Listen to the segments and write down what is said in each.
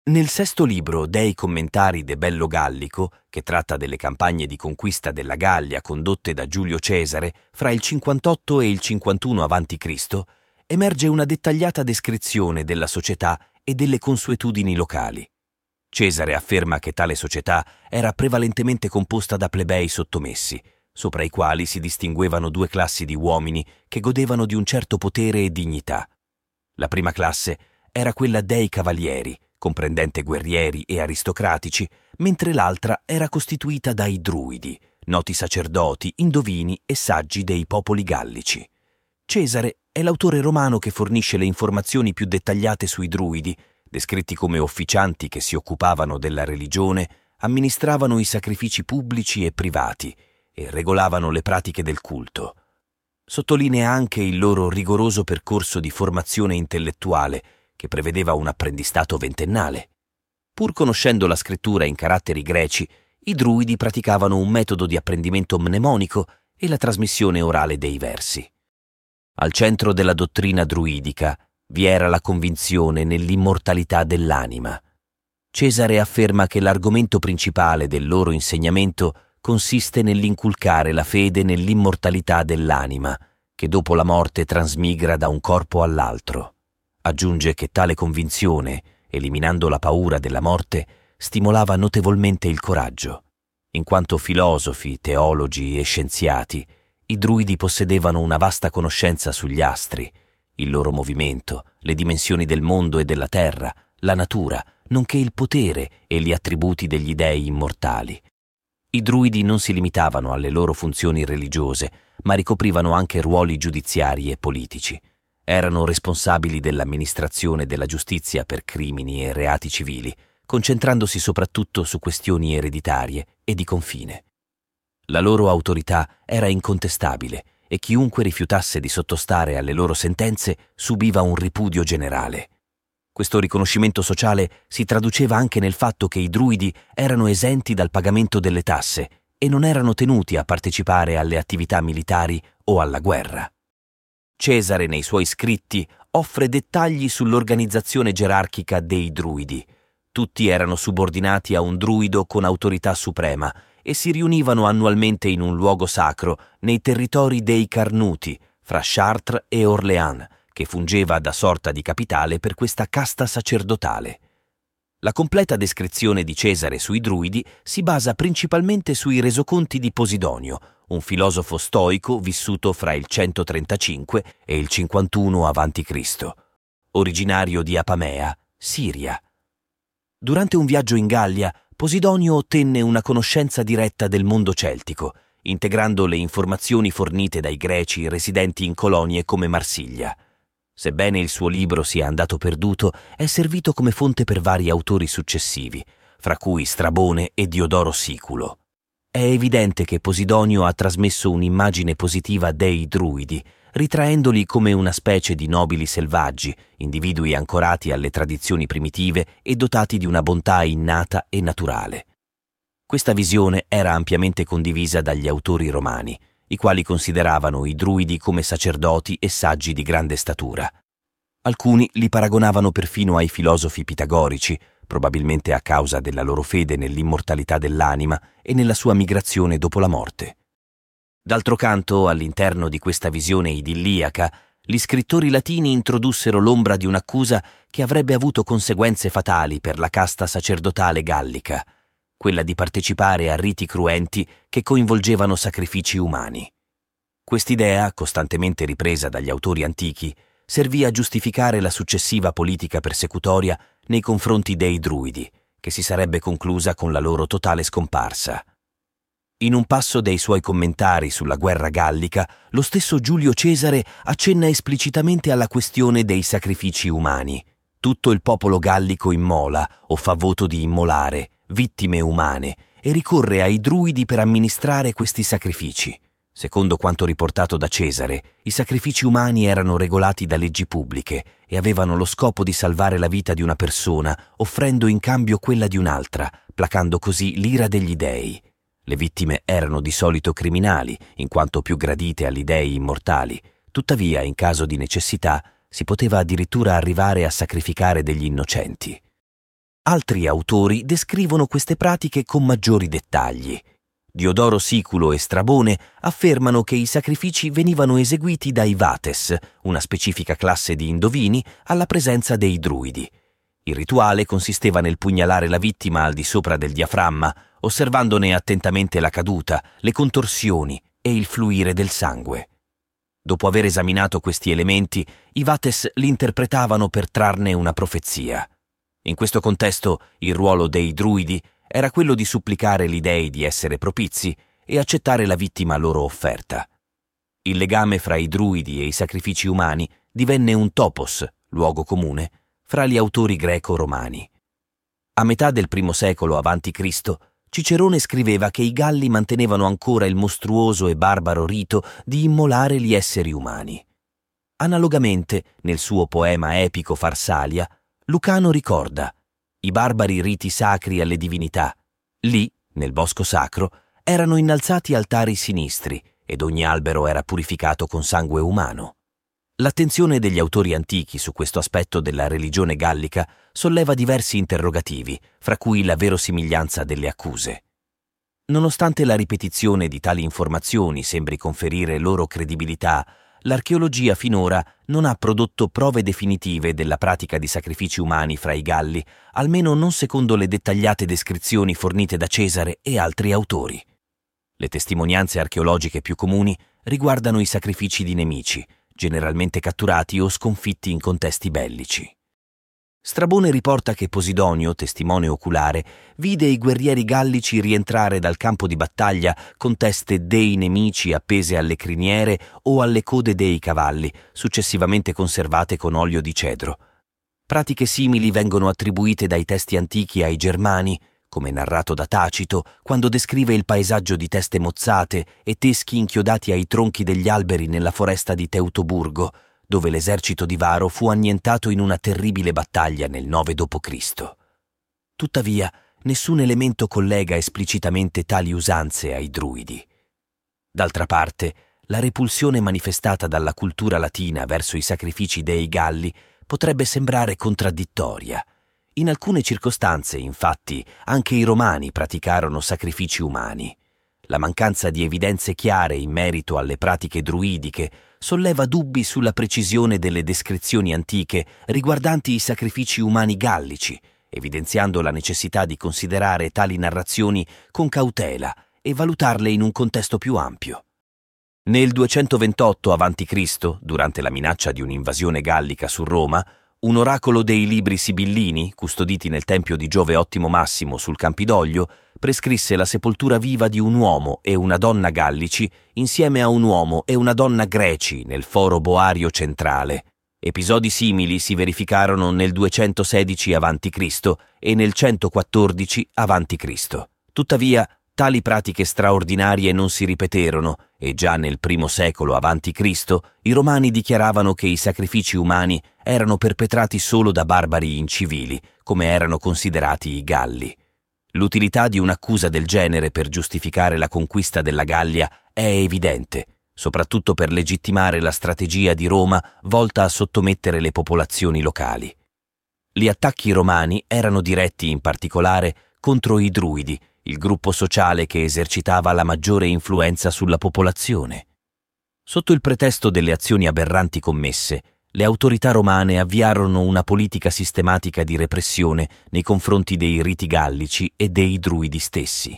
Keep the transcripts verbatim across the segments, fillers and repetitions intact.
Nel sesto libro dei Commentari de Bello Gallico, che tratta delle campagne di conquista della Gallia condotte da Giulio Cesare fra il cinquantotto e il cinquantuno avanti Cristo, emerge una dettagliata descrizione della società e delle consuetudini locali. Cesare afferma che tale società era prevalentemente composta da plebei sottomessi, sopra i quali si distinguevano due classi di uomini che godevano di un certo potere e dignità. La prima classe era quella dei cavalieri, comprendente guerrieri e aristocratici, mentre l'altra era costituita dai druidi, noti sacerdoti, indovini e saggi dei popoli gallici. Cesare è l'autore romano che fornisce le informazioni più dettagliate sui druidi, descritti come officianti che si occupavano della religione, amministravano i sacrifici pubblici e privati e regolavano le pratiche del culto. Sottolinea anche il loro rigoroso percorso di formazione intellettuale, che prevedeva un apprendistato ventennale. Pur conoscendo la scrittura in caratteri greci, i druidi praticavano un metodo di apprendimento mnemonico e la trasmissione orale dei versi. Al centro della dottrina druidica vi era la convinzione nell'immortalità dell'anima. Cesare afferma che l'argomento principale del loro insegnamento consiste nell'inculcare la fede nell'immortalità dell'anima, che dopo la morte trasmigra da un corpo all'altro. Aggiunge che tale convinzione, eliminando la paura della morte, stimolava notevolmente il coraggio. In quanto filosofi, teologi e scienziati, i druidi possedevano una vasta conoscenza sugli astri, il loro movimento, le dimensioni del mondo e della terra, la natura, nonché il potere e gli attributi degli dei immortali. I druidi non si limitavano alle loro funzioni religiose, ma ricoprivano anche ruoli giudiziari e politici. Erano responsabili dell'amministrazione della giustizia per crimini e reati civili, concentrandosi soprattutto su questioni ereditarie e di confine. La loro autorità era incontestabile e chiunque rifiutasse di sottostare alle loro sentenze subiva un ripudio generale. Questo riconoscimento sociale si traduceva anche nel fatto che i druidi erano esenti dal pagamento delle tasse e non erano tenuti a partecipare alle attività militari o alla guerra. Cesare nei suoi scritti offre dettagli sull'organizzazione gerarchica dei druidi. Tutti erano subordinati a un druido con autorità suprema e si riunivano annualmente in un luogo sacro nei territori dei Carnuti, fra Chartres e Orléans, che fungeva da sorta di capitale per questa casta sacerdotale. La completa descrizione di Cesare sui druidi si basa principalmente sui resoconti di Posidonio, un filosofo stoico vissuto fra il centotrentacinque e il cinquantuno avanti Cristo, originario di Apamea, Siria. Durante un viaggio in Gallia, Posidonio ottenne una conoscenza diretta del mondo celtico, integrando le informazioni fornite dai greci residenti in colonie come Marsiglia. Sebbene il suo libro sia andato perduto, è servito come fonte per vari autori successivi, fra cui Strabone e Diodoro Siculo. È evidente che Posidonio ha trasmesso un'immagine positiva dei druidi, ritraendoli come una specie di nobili selvaggi, individui ancorati alle tradizioni primitive e dotati di una bontà innata e naturale. Questa visione era ampiamente condivisa dagli autori romani, i quali consideravano i druidi come sacerdoti e saggi di grande statura. Alcuni li paragonavano perfino ai filosofi pitagorici, probabilmente a causa della loro fede nell'immortalità dell'anima e nella sua migrazione dopo la morte. D'altro canto, all'interno di questa visione idilliaca, gli scrittori latini introdussero l'ombra di un'accusa che avrebbe avuto conseguenze fatali per la casta sacerdotale gallica, quella di partecipare a riti cruenti che coinvolgevano sacrifici umani. Quest'idea, costantemente ripresa dagli autori antichi, servì a giustificare la successiva politica persecutoria nei confronti dei druidi, che si sarebbe conclusa con la loro totale scomparsa. In un passo dei suoi commentari sulla guerra gallica, lo stesso Giulio Cesare accenna esplicitamente alla questione dei sacrifici umani. Tutto il popolo gallico immola o fa voto di immolare vittime umane e ricorre ai druidi per amministrare questi sacrifici. Secondo quanto riportato da Cesare, i sacrifici umani erano regolati da leggi pubbliche e avevano lo scopo di salvare la vita di una persona, offrendo in cambio quella di un'altra, placando così l'ira degli dei. Le vittime erano di solito criminali, in quanto più gradite agli dei immortali. Tuttavia, in caso di necessità, si poteva addirittura arrivare a sacrificare degli innocenti. Altri autori descrivono queste pratiche con maggiori dettagli. Diodoro Siculo e Strabone affermano che i sacrifici venivano eseguiti dai Vates, una specifica classe di indovini, alla presenza dei druidi. Il rituale consisteva nel pugnalare la vittima al di sopra del diaframma, osservandone attentamente la caduta, le contorsioni e il fluire del sangue. Dopo aver esaminato questi elementi, i Vates li interpretavano per trarne una profezia. In questo contesto, il ruolo dei druidi era quello di supplicare gli dei di essere propizi e accettare la vittima loro offerta. Il legame fra i druidi e i sacrifici umani divenne un topos, luogo comune, fra gli autori greco-romani. A metà del primo secolo avanti Cristo, Cicerone scriveva che i Galli mantenevano ancora il mostruoso e barbaro rito di immolare gli esseri umani. Analogamente, nel suo poema epico Farsalia, Lucano ricorda: i barbari riti sacri alle divinità. Lì, nel bosco sacro, erano innalzati altari sinistri ed ogni albero era purificato con sangue umano. L'attenzione degli autori antichi su questo aspetto della religione gallica solleva diversi interrogativi, fra cui la verosimiglianza delle accuse. Nonostante la ripetizione di tali informazioni sembri conferire loro credibilità, l'archeologia finora non ha prodotto prove definitive della pratica di sacrifici umani fra i Galli, almeno non secondo le dettagliate descrizioni fornite da Cesare e altri autori. Le testimonianze archeologiche più comuni riguardano i sacrifici di nemici, generalmente catturati o sconfitti in contesti bellici. Strabone riporta che Posidonio, testimone oculare, vide i guerrieri gallici rientrare dal campo di battaglia con teste dei nemici appese alle criniere o alle code dei cavalli, successivamente conservate con olio di cedro. Pratiche simili vengono attribuite dai testi antichi ai Germani, come narrato da Tacito, quando descrive il paesaggio di teste mozzate e teschi inchiodati ai tronchi degli alberi nella foresta di Teutoburgo, dove l'esercito di Varo fu annientato in una terribile battaglia nel nove dopo Cristo. Tuttavia, nessun elemento collega esplicitamente tali usanze ai druidi. D'altra parte, la repulsione manifestata dalla cultura latina verso i sacrifici dei Galli potrebbe sembrare contraddittoria. In alcune circostanze, infatti, anche i Romani praticarono sacrifici umani. La mancanza di evidenze chiare in merito alle pratiche druidiche solleva dubbi sulla precisione delle descrizioni antiche riguardanti i sacrifici umani gallici, evidenziando la necessità di considerare tali narrazioni con cautela e valutarle in un contesto più ampio. Nel duecentoventotto avanti Cristo, durante la minaccia di un'invasione gallica su Roma, un oracolo dei libri sibillini, custoditi nel tempio di Giove Ottimo Massimo sul Campidoglio, prescrisse la sepoltura viva di un uomo e una donna gallici insieme a un uomo e una donna greci nel foro boario centrale. Episodi simili si verificarono nel duecentosedici avanti Cristo e nel centoquattordici avanti Cristo. Tuttavia, tali pratiche straordinarie non si ripeterono e già nel primo secolo avanti Cristo i Romani dichiaravano che i sacrifici umani erano perpetrati solo da barbari incivili, come erano considerati i Galli. L'utilità di un'accusa del genere per giustificare la conquista della Gallia è evidente, soprattutto per legittimare la strategia di Roma volta a sottomettere le popolazioni locali. Gli attacchi romani erano diretti in particolare contro i Druidi, il gruppo sociale che esercitava la maggiore influenza sulla popolazione. Sotto il pretesto delle azioni aberranti commesse, le autorità romane avviarono una politica sistematica di repressione nei confronti dei riti gallici e dei druidi stessi.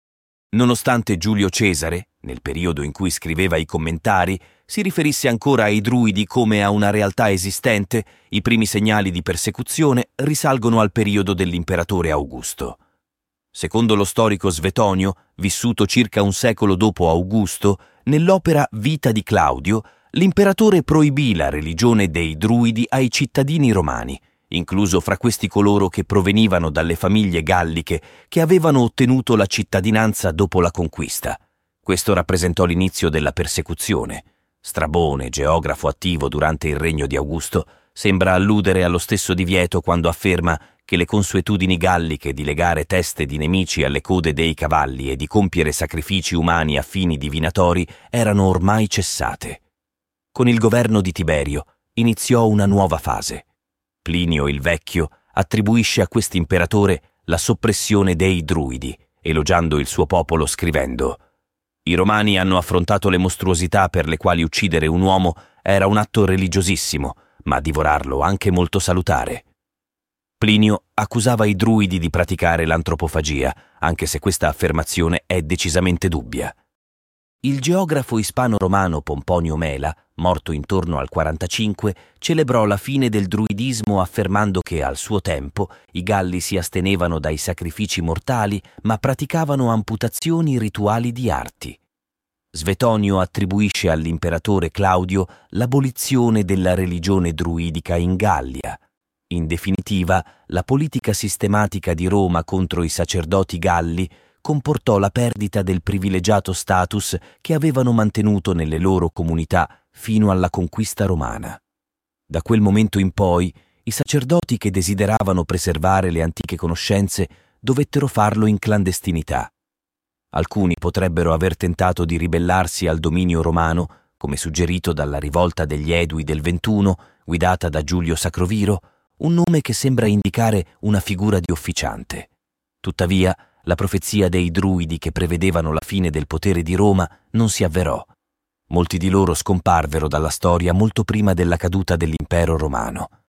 Nonostante Giulio Cesare, nel periodo in cui scriveva i commentari, si riferisse ancora ai druidi come a una realtà esistente, i primi segnali di persecuzione risalgono al periodo dell'imperatore Augusto. Secondo lo storico Svetonio, vissuto circa un secolo dopo Augusto, nell'opera Vita di Claudio, l'imperatore proibì la religione dei druidi ai cittadini romani, incluso fra questi coloro che provenivano dalle famiglie galliche che avevano ottenuto la cittadinanza dopo la conquista. Questo rappresentò l'inizio della persecuzione. Strabone, geografo attivo durante il regno di Augusto, sembra alludere allo stesso divieto quando afferma che le consuetudini galliche di legare teste di nemici alle code dei cavalli e di compiere sacrifici umani a fini divinatori erano ormai cessate. Con il governo di Tiberio iniziò una nuova fase. Plinio il Vecchio attribuisce a quest'imperatore la soppressione dei Druidi, elogiando il suo popolo scrivendo: «I Romani hanno affrontato le mostruosità per le quali uccidere un uomo era un atto religiosissimo, ma divorarlo anche molto salutare». Plinio accusava i Druidi di praticare l'antropofagia, anche se questa affermazione è decisamente dubbia. Il geografo ispano-romano Pomponio Mela, morto intorno al quarantacinque, celebrò la fine del druidismo affermando che al suo tempo i Galli si astenevano dai sacrifici mortali ma praticavano amputazioni rituali di arti. Svetonio attribuisce all'imperatore Claudio l'abolizione della religione druidica in Gallia. In definitiva, la politica sistematica di Roma contro i sacerdoti galli comportò la perdita del privilegiato status che avevano mantenuto nelle loro comunità fino alla conquista romana. Da quel momento in poi, i sacerdoti che desideravano preservare le antiche conoscenze dovettero farlo in clandestinità. Alcuni potrebbero aver tentato di ribellarsi al dominio romano, come suggerito dalla rivolta degli Edui del ventuno, guidata da Giulio Sacroviro, un nome che sembra indicare una figura di officiante. Tuttavia, la profezia dei Druidi che prevedevano la fine del potere di Roma non si avverò. Molti di loro scomparvero dalla storia molto prima della caduta dell'impero romano.